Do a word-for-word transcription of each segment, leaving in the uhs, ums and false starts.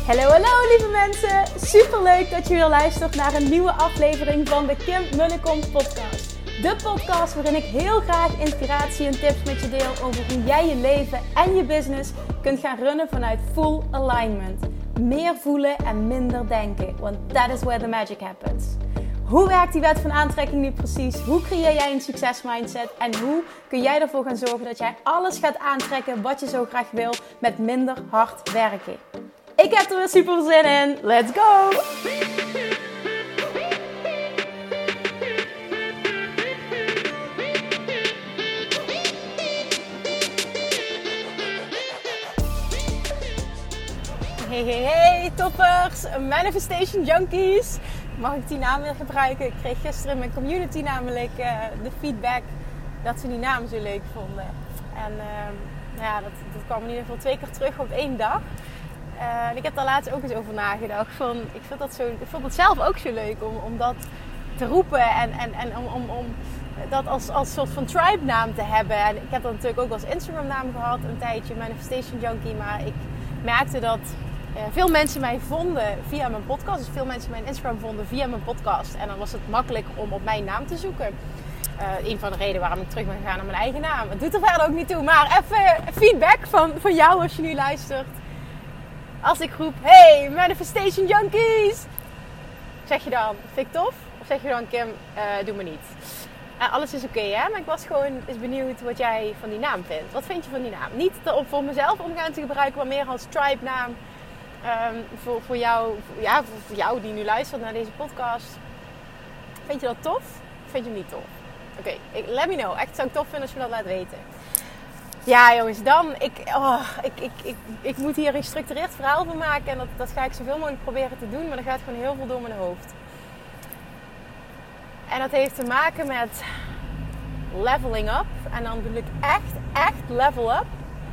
Hallo, hallo lieve mensen! Superleuk dat je weer luistert naar een nieuwe aflevering van de Kim Munnekom podcast. De podcast waarin ik heel graag inspiratie en tips met je deel over hoe jij je leven en je business kunt gaan runnen vanuit full alignment. Meer voelen en minder denken, want that is where the magic happens. Hoe werkt die wet van aantrekking nu precies? Hoe creëer jij een succesmindset? En hoe kun jij ervoor gaan zorgen dat jij alles gaat aantrekken wat je zo graag wil met minder hard werken? Ik heb er weer super zin in. Let's go! Hey, hey, hey, toppers! Manifestation junkies! Mag ik die naam weer gebruiken? Ik kreeg gisteren in mijn community namelijk uh, de feedback dat ze die naam zo leuk vonden. En uh, nou ja, dat, dat kwam in ieder geval twee keer terug op één dag. Uh, en ik heb daar laatst ook eens over nagedacht. Van, ik, vind dat zo, ik vond het zelf ook zo leuk om, om dat te roepen en, en, en om, om, om dat als, als soort van tribe naam te hebben. En ik heb dat natuurlijk ook als Instagram naam gehad een tijdje, Manifestation Junkie. Maar ik merkte dat uh, veel mensen mij vonden via mijn podcast. Dus veel mensen mijn Instagram vonden via mijn podcast. En dan was het makkelijk om op mijn naam te zoeken. Uh, een van de redenen waarom ik terug ben gegaan naar mijn eigen naam. Het doet er verder ook niet toe. Maar even feedback van, van jou als je nu luistert. Als ik roep, hey, Manifestation Junkies! Zeg je dan, vind ik tof? Of zeg je dan, Kim, uh, doe me niet? Uh, alles is oké, okay, hè? Maar ik was gewoon eens benieuwd wat jij van die naam vindt. Wat vind je van die naam? Niet om voor mezelf om gaan te gebruiken, maar meer als tribe naam. Um, voor, voor, jou, ja, voor jou die nu luistert naar deze podcast. Vind je dat tof? Of vind je hem niet tof? Oké, okay, let me know. Echt zou ik tof vinden als je me dat laat weten. Ja jongens, dan, ik, oh, ik, ik, ik, ik moet hier een gestructureerd verhaal van maken. En dat, dat ga ik zoveel mogelijk proberen te doen. Maar er gaat gewoon heel veel door mijn hoofd. En dat heeft te maken met leveling up. En dan bedoel ik echt, echt level up.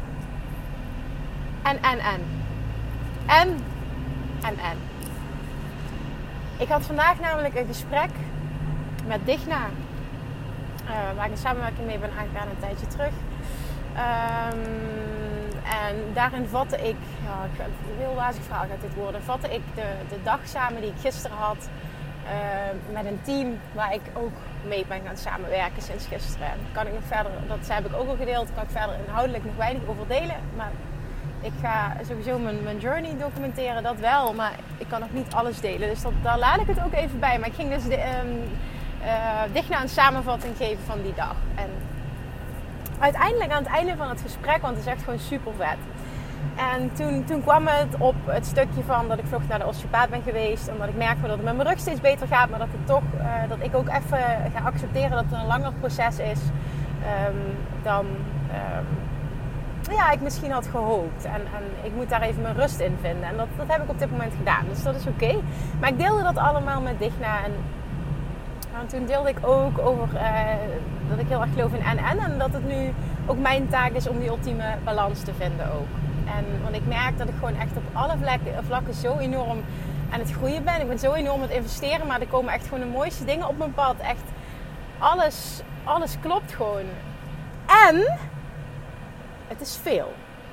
En, en, en. En, en, en. Ik had vandaag namelijk een gesprek met Digna. Uh, waar ik een samenwerking mee ben aangegaan een tijdje terug. Um, en daarin vatte ik, ja, een heel wazig verhaal gaat dit worden, vatte ik de, de dag samen die ik gisteren had uh, met een team waar ik ook mee ben gaan samenwerken sinds gisteren. Kan ik nog verder, dat heb ik ook al gedeeld, kan ik verder inhoudelijk nog weinig over delen. Maar ik ga sowieso mijn, mijn journey documenteren, dat wel, maar ik kan nog niet alles delen. Dus dat, daar laat ik het ook even bij. Maar ik ging dus de, um, uh, dicht naar een samenvatting geven van die dag. En uiteindelijk aan het einde van het gesprek, want het is echt gewoon super vet. En toen, toen kwam het op het stukje van dat ik vlug naar de osteopaat ben geweest. Omdat ik merk dat het met mijn rug steeds beter gaat. Maar dat, het toch, uh, dat ik ook even ga accepteren dat het een langer proces is um, dan um, ja, ik misschien had gehoopt. En, en ik moet daar even mijn rust in vinden. En dat, dat heb ik op dit moment gedaan. Dus dat is oké. Okay. Maar ik deelde dat allemaal met Digna. En En toen deelde ik ook over uh, dat ik heel erg geloof in en-en. En dat het nu ook mijn taak is om die ultieme balans te vinden ook. En, want ik merk dat ik gewoon echt op alle vlakken, vlakken zo enorm aan het groeien ben. Ik ben zo enorm aan het investeren. Maar er komen echt gewoon de mooiste dingen op mijn pad. Echt alles, alles klopt gewoon. En het is veel.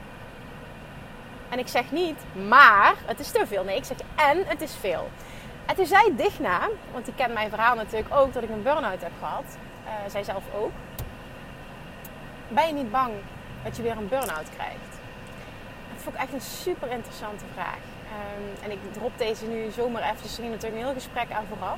En ik zeg niet, maar het is te veel. Nee, ik zeg en het is veel. En toen zei Digna, want die kent mijn verhaal natuurlijk ook, dat ik een burn-out heb gehad. Uh, zij zelf ook. Ben je niet bang dat je weer een burn-out krijgt? Dat vond ik echt een super interessante vraag. Um, en ik drop deze nu zomaar even, dus er ging natuurlijk een heel gesprek aan vooraf.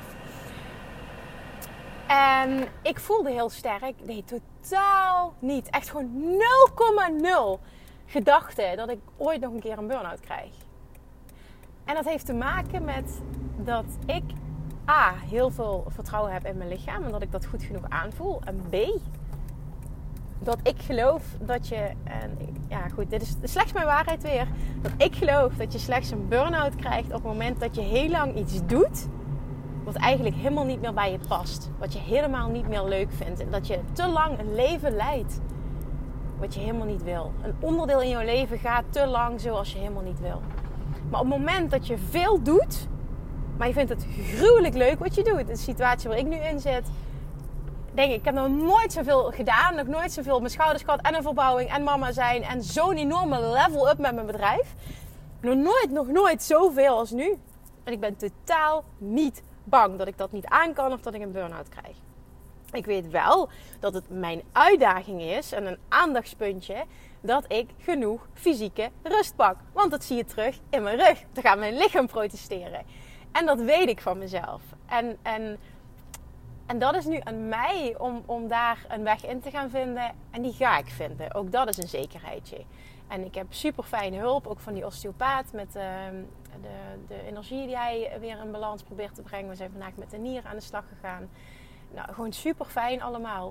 En ik voelde heel sterk, nee totaal niet, echt gewoon nul komma nul gedachte dat ik ooit nog een keer een burn-out krijg. En dat heeft te maken met dat ik A, heel veel vertrouwen heb in mijn lichaam en dat ik dat goed genoeg aanvoel. En B, dat ik geloof dat je, en ja goed, dit is slechts mijn waarheid weer, dat ik geloof dat je slechts een burn-out krijgt op het moment dat je heel lang iets doet wat eigenlijk helemaal niet meer bij je past. Wat je helemaal niet meer leuk vindt. En dat je te lang een leven leidt wat je helemaal niet wil. Een onderdeel in jouw leven gaat te lang zoals je helemaal niet wil. Maar op het moment dat je veel doet, maar je vindt het gruwelijk leuk wat je doet. De situatie waar ik nu in zit, denk ik, ik heb nog nooit zoveel gedaan. Nog nooit zoveel op mijn schouders gehad. En een verbouwing en mama zijn. En zo'n enorme level up met mijn bedrijf. nog nooit, nog nooit zoveel als nu. En ik ben totaal niet bang dat ik dat niet aan kan of dat ik een burn-out krijg. Ik weet wel dat het mijn uitdaging is en een aandachtspuntje dat ik genoeg fysieke rust pak. Want dat zie je terug in mijn rug. Dan gaat mijn lichaam protesteren. En dat weet ik van mezelf. En, en, en dat is nu aan mij om, om daar een weg in te gaan vinden. En die ga ik vinden. Ook dat is een zekerheidje. En ik heb super fijne hulp, ook van die osteopaat, met uh, de, de energie die hij weer in balans probeert te brengen. We zijn vandaag met de nier aan de slag gegaan. Nou, gewoon super fijn allemaal.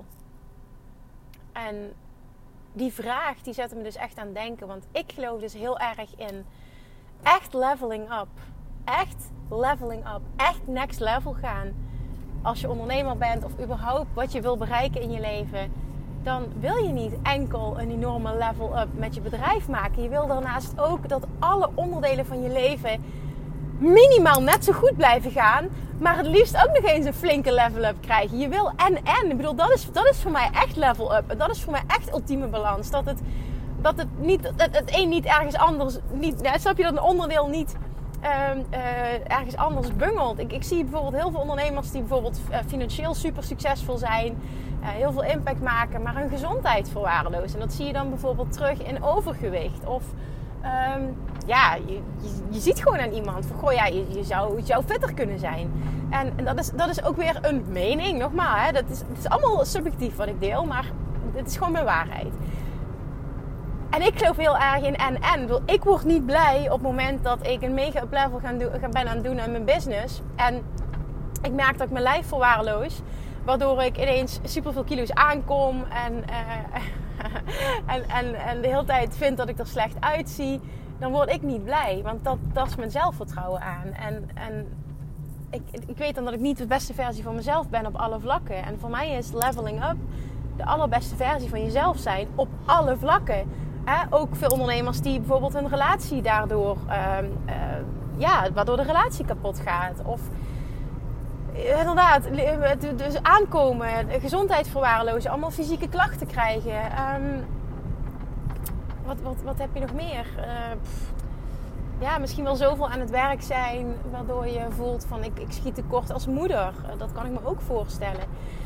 En die vraag, die zette me dus echt aan het denken. Want ik geloof dus heel erg in echt leveling up. Echt leveling up. Echt next level gaan. Als je ondernemer bent of überhaupt wat je wil bereiken in je leven, dan wil je niet enkel een enorme level up met je bedrijf maken. Je wil daarnaast ook dat alle onderdelen van je leven minimaal net zo goed blijven gaan, maar het liefst ook nog eens een flinke level up krijgen. Je wil en en. Ik bedoel, dat is, dat is voor mij echt level up. En dat is voor mij echt ultieme balans. Dat het, dat het, niet, dat het een niet ergens anders, niet, nou, snap je, dat een onderdeel niet uh, uh, ergens anders bungelt. Ik, ik zie bijvoorbeeld heel veel ondernemers die bijvoorbeeld uh, financieel super succesvol zijn, uh, heel veel impact maken, maar hun gezondheid verwaarlozen. En dat zie je dan bijvoorbeeld terug in overgewicht of Um, ja, je, je, je ziet gewoon aan iemand van, goh ja, je, je, zou, je zou fitter kunnen zijn. En, en dat, is, dat is ook weer een mening, nogmaals. Hè, dat is, het is allemaal subjectief wat ik deel, maar het is gewoon mijn waarheid. En ik geloof heel erg in en-en. Ik word niet blij op het moment dat ik een mega up level ga doen, ben aan het doen aan mijn business. En ik merk dat ik mijn lijf verwaarloos, waardoor ik ineens superveel kilo's aankom en... Uh, en, en, en de hele tijd vind dat ik er slecht uitzie, dan word ik niet blij. Want dat tast mijn zelfvertrouwen aan. En, en ik, ik weet dan dat ik niet de beste versie van mezelf ben op alle vlakken. En voor mij is leveling up de allerbeste versie van jezelf zijn op alle vlakken. He, ook veel ondernemers die bijvoorbeeld hun relatie daardoor, uh, uh, ja, waardoor de relatie kapot gaat. Of inderdaad, dus aankomen, gezondheid verwaarlozen, allemaal fysieke klachten krijgen. Um, wat, wat, wat heb je nog meer? Uh, pff, ja, misschien wel zoveel aan het werk zijn, waardoor je voelt van ik, ik schiet tekort als moeder. Uh, dat kan ik me ook voorstellen.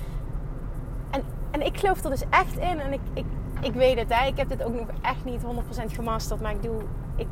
En, en ik geloof er dus echt in. En ik, ik, ik weet het, hè. Ik heb dit ook nog echt niet honderd procent gemasterd, maar ik doe... Ik,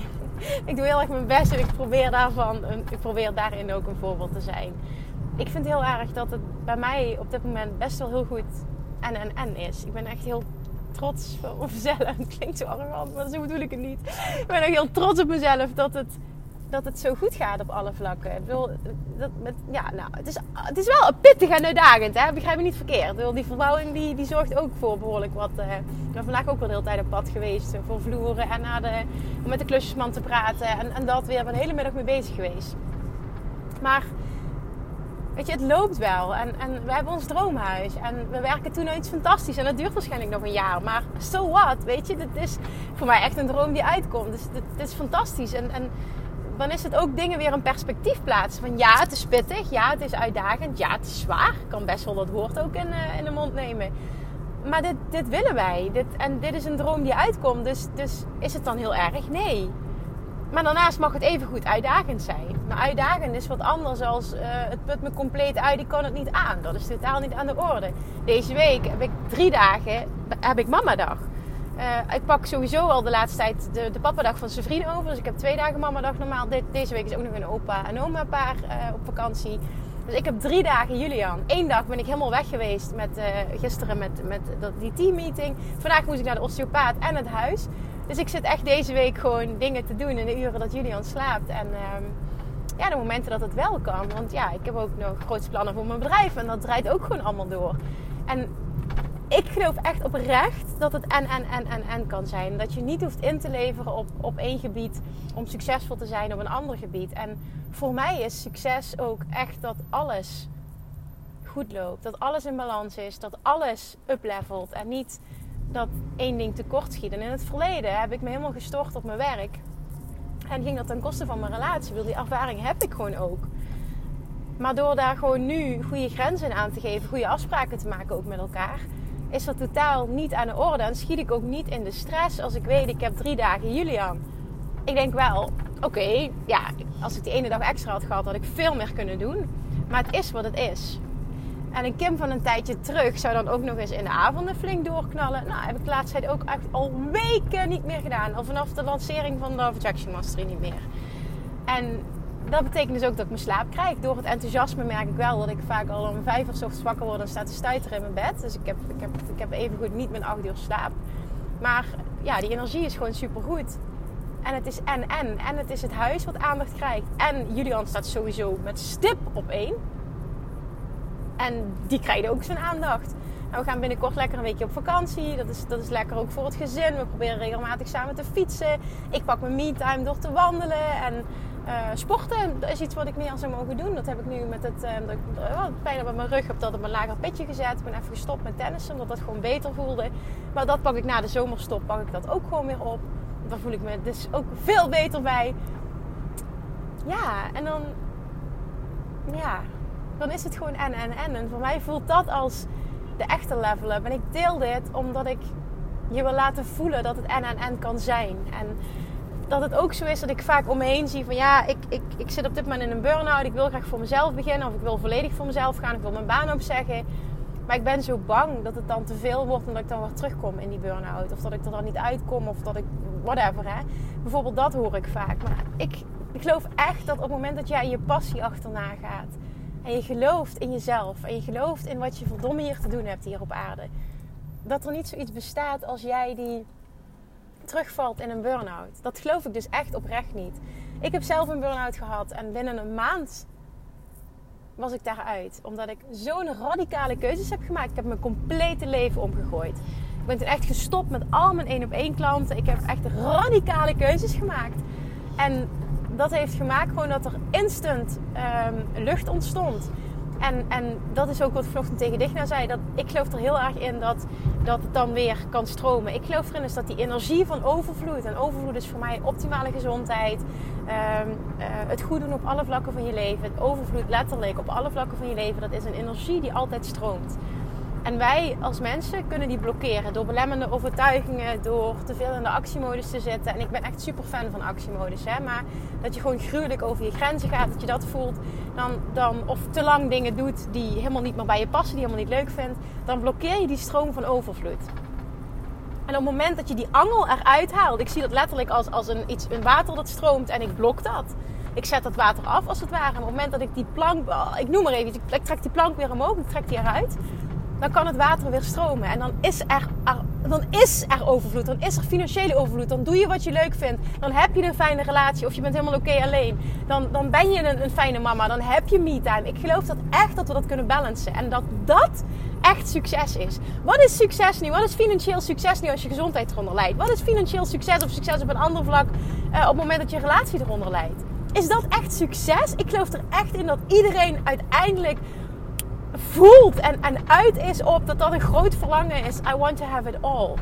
ik doe heel erg mijn best en ik probeer, daarvan, ik probeer daarin ook een voorbeeld te zijn. Ik vind heel erg dat het bij mij op dit moment best wel heel goed en en en is. Ik ben echt heel trots op mezelf. Het klinkt zo arrogant, maar zo bedoel ik het niet. Ik ben echt heel trots op mezelf dat het, dat het zo goed gaat op alle vlakken. Ik bedoel, dat met, ja, nou, het, is, het is wel pittig en uitdagend, hè? Begrijp me niet verkeerd. Ik bedoel, die verbouwing die, die zorgt ook voor behoorlijk wat. Uh, ik ben vandaag ook wel de hele tijd op pad geweest voor vloeren en naar de, om met de klusjesman te praten. En, en dat weer. Ik ben de hele middag mee bezig geweest. Maar weet je, het loopt wel. En, en we hebben ons droomhuis. En we werken toen naar iets fantastisch. En dat duurt waarschijnlijk nog een jaar. Maar so what, weet je. Dit is voor mij echt een droom die uitkomt. Dus dit, dit is fantastisch. En, en dan is het ook dingen weer een perspectief plaatsen. Van ja, het is pittig. Ja, het is uitdagend. Ja, het is zwaar. Ik kan best wel dat woord ook in, uh, in de mond nemen. Maar dit, dit willen wij. Dit, en dit is een droom die uitkomt. Dus, dus is het dan heel erg? Nee. Maar daarnaast mag het even goed uitdagend zijn. Maar uitdagend is wat anders dan uh, het put me compleet uit, ik kan het niet aan. Dat is totaal niet aan de orde. Deze week heb ik drie dagen, heb ik mamadag. Uh, ik pak sowieso al de laatste tijd de, de papadag van zijn vriend over. Dus ik heb twee dagen mamadag normaal. De, deze week is ook nog een opa en oma paar uh, op vakantie. Dus ik heb drie dagen Julian. Eén dag ben ik helemaal weg geweest met, uh, gisteren met, met die teammeeting. Vandaag moest ik naar de osteopaat en het huis. Dus ik zit echt deze week gewoon dingen te doen in de uren dat Julian slaapt. En um, ja, de momenten dat het wel kan. Want ja, ik heb ook nog grootste plannen voor mijn bedrijf. En dat draait ook gewoon allemaal door. En ik geloof echt oprecht dat het en, en, en, en, en kan zijn. Dat je niet hoeft in te leveren op, op één gebied om succesvol te zijn op een ander gebied. En voor mij is succes ook echt dat alles goed loopt. Dat alles in balans is. Dat alles uplevelt. En niet dat één ding tekort schiet. En in het verleden heb ik me helemaal gestort op mijn werk. En ging dat ten koste van mijn relatie. Die ervaring heb ik gewoon ook. Maar door daar gewoon nu goede grenzen aan te geven, goede afspraken te maken ook met elkaar, is dat totaal niet aan de orde. En schiet ik ook niet in de stress als ik weet, ik heb drie dagen Julian. ik denk wel, oké, okay, ja, als ik die ene dag extra had gehad, had ik veel meer kunnen doen. Maar het is wat het is. En een Kim van een tijdje terug zou dan ook nog eens in de avonden flink doorknallen. Nou, heb ik de laatste tijd ook echt al weken niet meer gedaan. Al vanaf de lancering van de Attraction Mastery niet meer. En dat betekent dus ook dat ik mijn slaap krijg. Door het enthousiasme merk ik wel dat ik vaak al om vijf uur 's ochtends wakker word en sta te stuiteren in mijn bed. Dus ik heb, ik heb, ik heb evengoed niet mijn acht uur slaap. Maar ja, die energie is gewoon supergoed. En het is en en. En het is het huis wat aandacht krijgt. En Julian staat sowieso met stip op één. En die krijgen ook zijn aandacht. Nou, we gaan binnenkort lekker een weekje op vakantie. Dat is, dat is lekker ook voor het gezin. We proberen regelmatig samen te fietsen. Ik pak mijn me-time door te wandelen. En uh, sporten, dat is iets wat ik meer zou mogen doen. Dat heb ik nu met het, uh, dat ik uh, bijna bij mijn rug heb dat op een lager pitje gezet. Ik ben even gestopt met tennissen, omdat dat gewoon beter voelde. Maar dat pak ik na de zomerstop, pak ik dat ook gewoon weer op. Daar voel ik me dus ook veel beter bij. Ja, en dan... Ja... Dan is het gewoon en, en, en. En voor mij voelt dat als de echte level up. En ik deel dit omdat ik je wil laten voelen dat het en, en, en kan zijn. En dat het ook zo is dat ik vaak om me heen zie van... Ja, ik, ik, ik zit op dit moment in een burn-out. Ik wil graag voor mezelf beginnen. Of ik wil volledig voor mezelf gaan. Ik wil mijn baan opzeggen. Maar ik ben zo bang dat het dan te veel wordt. En dat ik dan weer terugkom in die burn-out. Of dat ik er dan niet uitkom. Of dat ik... Whatever, hè. Bijvoorbeeld dat hoor ik vaak. Maar ik, ik geloof echt dat op het moment dat jij je passie achterna gaat... En je gelooft in jezelf. En je gelooft in wat je verdomme hier te doen hebt hier op aarde. Dat er niet zoiets bestaat als jij die terugvalt in een burn-out. Dat geloof ik dus echt oprecht niet. Ik heb zelf een burn-out gehad. En binnen een maand was ik daaruit. Omdat ik zo'n radicale keuzes heb gemaakt. Ik heb mijn complete leven omgegooid. Ik ben toen echt gestopt met al mijn één op één klanten. Ik heb echt radicale keuzes gemaakt. En... dat heeft gemaakt gewoon dat er instant um, lucht ontstond. En, en dat is ook wat Vlochten tegen Digna zei. Dat, ik geloof er heel erg in dat, dat het dan weer kan stromen. Ik geloof erin is dat die energie van overvloed... en overvloed is voor mij optimale gezondheid... Um, uh, het goed doen op alle vlakken van je leven. Het overvloed letterlijk op alle vlakken van je leven. Dat is een energie die altijd stroomt. En wij als mensen kunnen die blokkeren door belemmerende overtuigingen, door te veel in de actiemodus te zitten. En ik ben echt super fan van actiemodus, hè? Maar dat je gewoon gruwelijk over je grenzen gaat, dat je dat voelt, dan, dan, of te lang dingen doet die helemaal niet meer bij je passen, die je helemaal niet leuk vindt, dan blokkeer je die stroom van overvloed. En op het moment dat je die angel eruit haalt, ik zie dat letterlijk als, als een, iets, een water dat stroomt en ik blok dat. Ik zet dat water af als het ware. En op het moment dat ik die plank, ik noem maar even, ik trek die plank weer omhoog, ik trek die eruit. Dan kan het water weer stromen. En dan is, er, dan is er overvloed. Dan is er financiële overvloed. Dan doe je wat je leuk vindt. Dan heb je een fijne relatie. Of je bent helemaal oké okay alleen. Dan, dan ben je een, een fijne mama. Dan heb je me-time. Ik geloof dat echt dat we dat kunnen balancen. En dat dat echt succes is. Wat is succes nu? Wat is financieel succes nu als je gezondheid eronder leidt? Wat is financieel succes of succes op een ander vlak uh, op het moment dat je relatie eronder leidt? Is dat echt succes? Ik geloof er echt in dat iedereen uiteindelijk... voelt en, en uit is op dat dat een groot verlangen is. I want to have it all.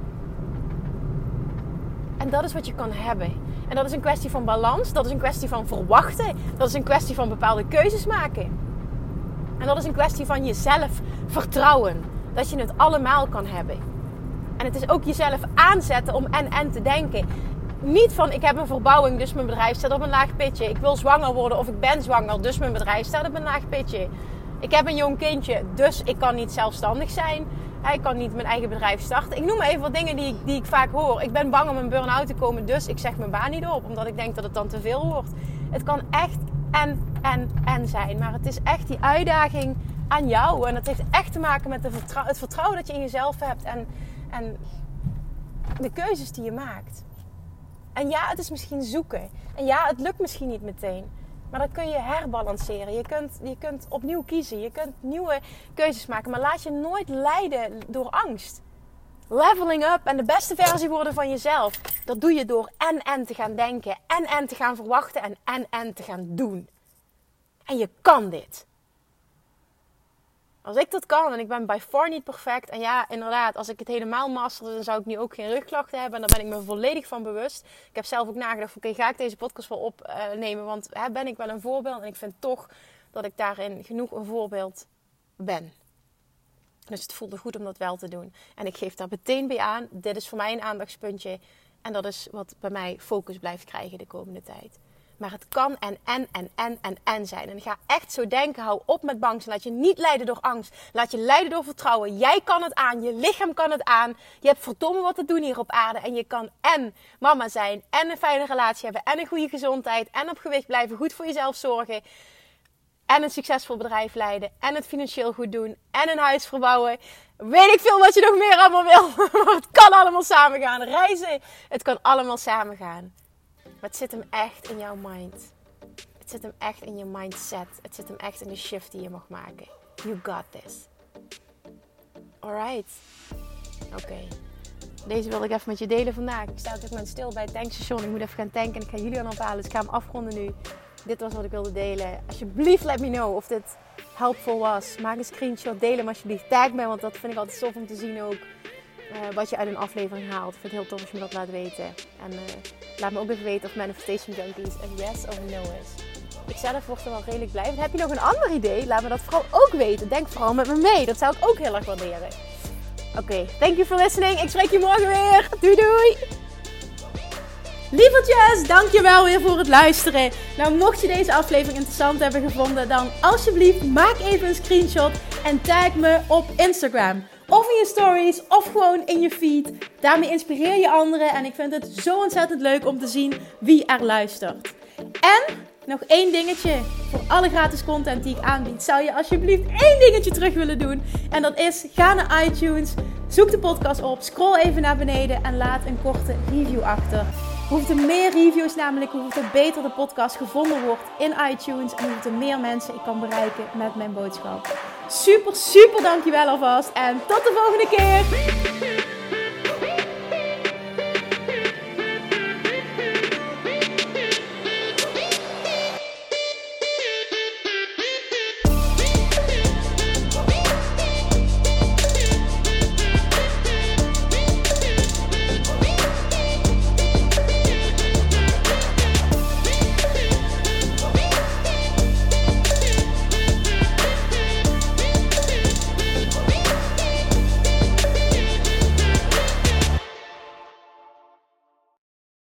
En dat is wat je kan hebben. En dat is een kwestie van balans. Dat is een kwestie van verwachten. Dat is een kwestie van bepaalde keuzes maken. En dat is een kwestie van jezelf vertrouwen. Dat je het allemaal kan hebben. En het is ook jezelf aanzetten om en en te denken. Niet van ik heb een verbouwing, dus mijn bedrijf staat op een laag pitje. Ik wil zwanger worden of ik ben zwanger, dus mijn bedrijf staat op een laag pitje. Ik heb een jong kindje, dus ik kan niet zelfstandig zijn. Ik kan niet mijn eigen bedrijf starten. Ik noem maar even wat dingen die, die ik vaak hoor. Ik ben bang om een burn-out te komen, dus ik zeg mijn baan niet op. Omdat ik denk dat het dan te veel wordt. Het kan echt en, en, en zijn. Maar het is echt die uitdaging aan jou. En het heeft echt te maken met de vertrouw- het vertrouwen dat je in jezelf hebt. En, en de keuzes die je maakt. En ja, het is misschien zoeken. En ja, het lukt misschien niet meteen. Maar dan kun je herbalanceren. Je kunt, je kunt opnieuw kiezen. Je kunt nieuwe keuzes maken. Maar laat je nooit leiden door angst. Leveling up en de beste versie worden van jezelf. Dat doe je door en en te gaan denken. En en te gaan verwachten. En en en te gaan doen. En je kan dit. Als ik dat kan, en ik ben by far niet perfect. En ja, inderdaad, als ik het helemaal masterde, dan zou ik nu ook geen rugklachten hebben. En daar ben ik me volledig van bewust. Ik heb zelf ook nagedacht, oké, okay, ga ik deze podcast wel opnemen? Want hè, ben ik wel een voorbeeld? En ik vind toch dat ik daarin genoeg een voorbeeld ben. Dus het voelde goed om dat wel te doen. En ik geef daar meteen bij aan, dit is voor mij een aandachtspuntje. En dat is wat bij mij focus blijft krijgen de komende tijd. Maar het kan en, en, en, en, en, en zijn. En ga echt zo denken. Hou op met bang zijn. Laat je niet leiden door angst. Laat je leiden door vertrouwen. Jij kan het aan. Je lichaam kan het aan. Je hebt verdomme wat te doen hier op aarde. En je kan en mama zijn. En een fijne relatie hebben. En een goede gezondheid. En op gewicht blijven. Goed voor jezelf zorgen. En een succesvol bedrijf leiden. En het financieel goed doen. En een huis verbouwen. Weet ik veel wat je nog meer allemaal wil. Maar het kan allemaal samen gaan. Reizen. Het kan allemaal samen gaan. Maar het zit hem echt in jouw mind. Het zit hem echt in je mindset. Het zit hem echt in de shift die je mag maken. You got this. Alright. Oké. Okay. Deze wilde ik even met je delen vandaag. Ik sta op dit moment stil bij het tankstation. Ik moet even gaan tanken en ik ga jullie aan ophalen. Dus ik ga hem afronden nu. Dit was wat ik wilde delen. Alsjeblieft let me know of dit helpful was. Maak een screenshot. Deel hem alsjeblieft. Tag me, want dat vind ik altijd tof om te zien ook. Uh, wat je uit een aflevering haalt. Ik vind het heel tof als je me dat laat weten. En uh, laat me ook even weten of Manifestation Junkies een yes of een no is. Ik zelf word er wel redelijk blij van. Heb je nog een ander idee? Laat me dat vooral ook weten. Denk vooral met me mee. Dat zou ik ook heel erg waarderen. Oké, okay, thank you for listening. Ik spreek je morgen weer. Doei doei! Lievertjes, dankjewel weer voor het luisteren. Nou, mocht je deze aflevering interessant hebben gevonden, dan alsjeblieft maak even een screenshot en tag me op Instagram. Of in je stories, of gewoon in je feed. Daarmee inspireer je anderen en ik vind het zo ontzettend leuk om te zien wie er luistert. En nog één dingetje voor alle gratis content die ik aanbied. Zou je alsjeblieft één dingetje terug willen doen? En dat is, ga naar iTunes, zoek de podcast op, scroll even naar beneden en laat een korte review achter. Hoeveel meer reviews namelijk, hoeveel beter de podcast gevonden wordt in iTunes. En hoeveel meer mensen ik kan bereiken met mijn boodschap. Super, super dankjewel alvast. En tot de volgende keer.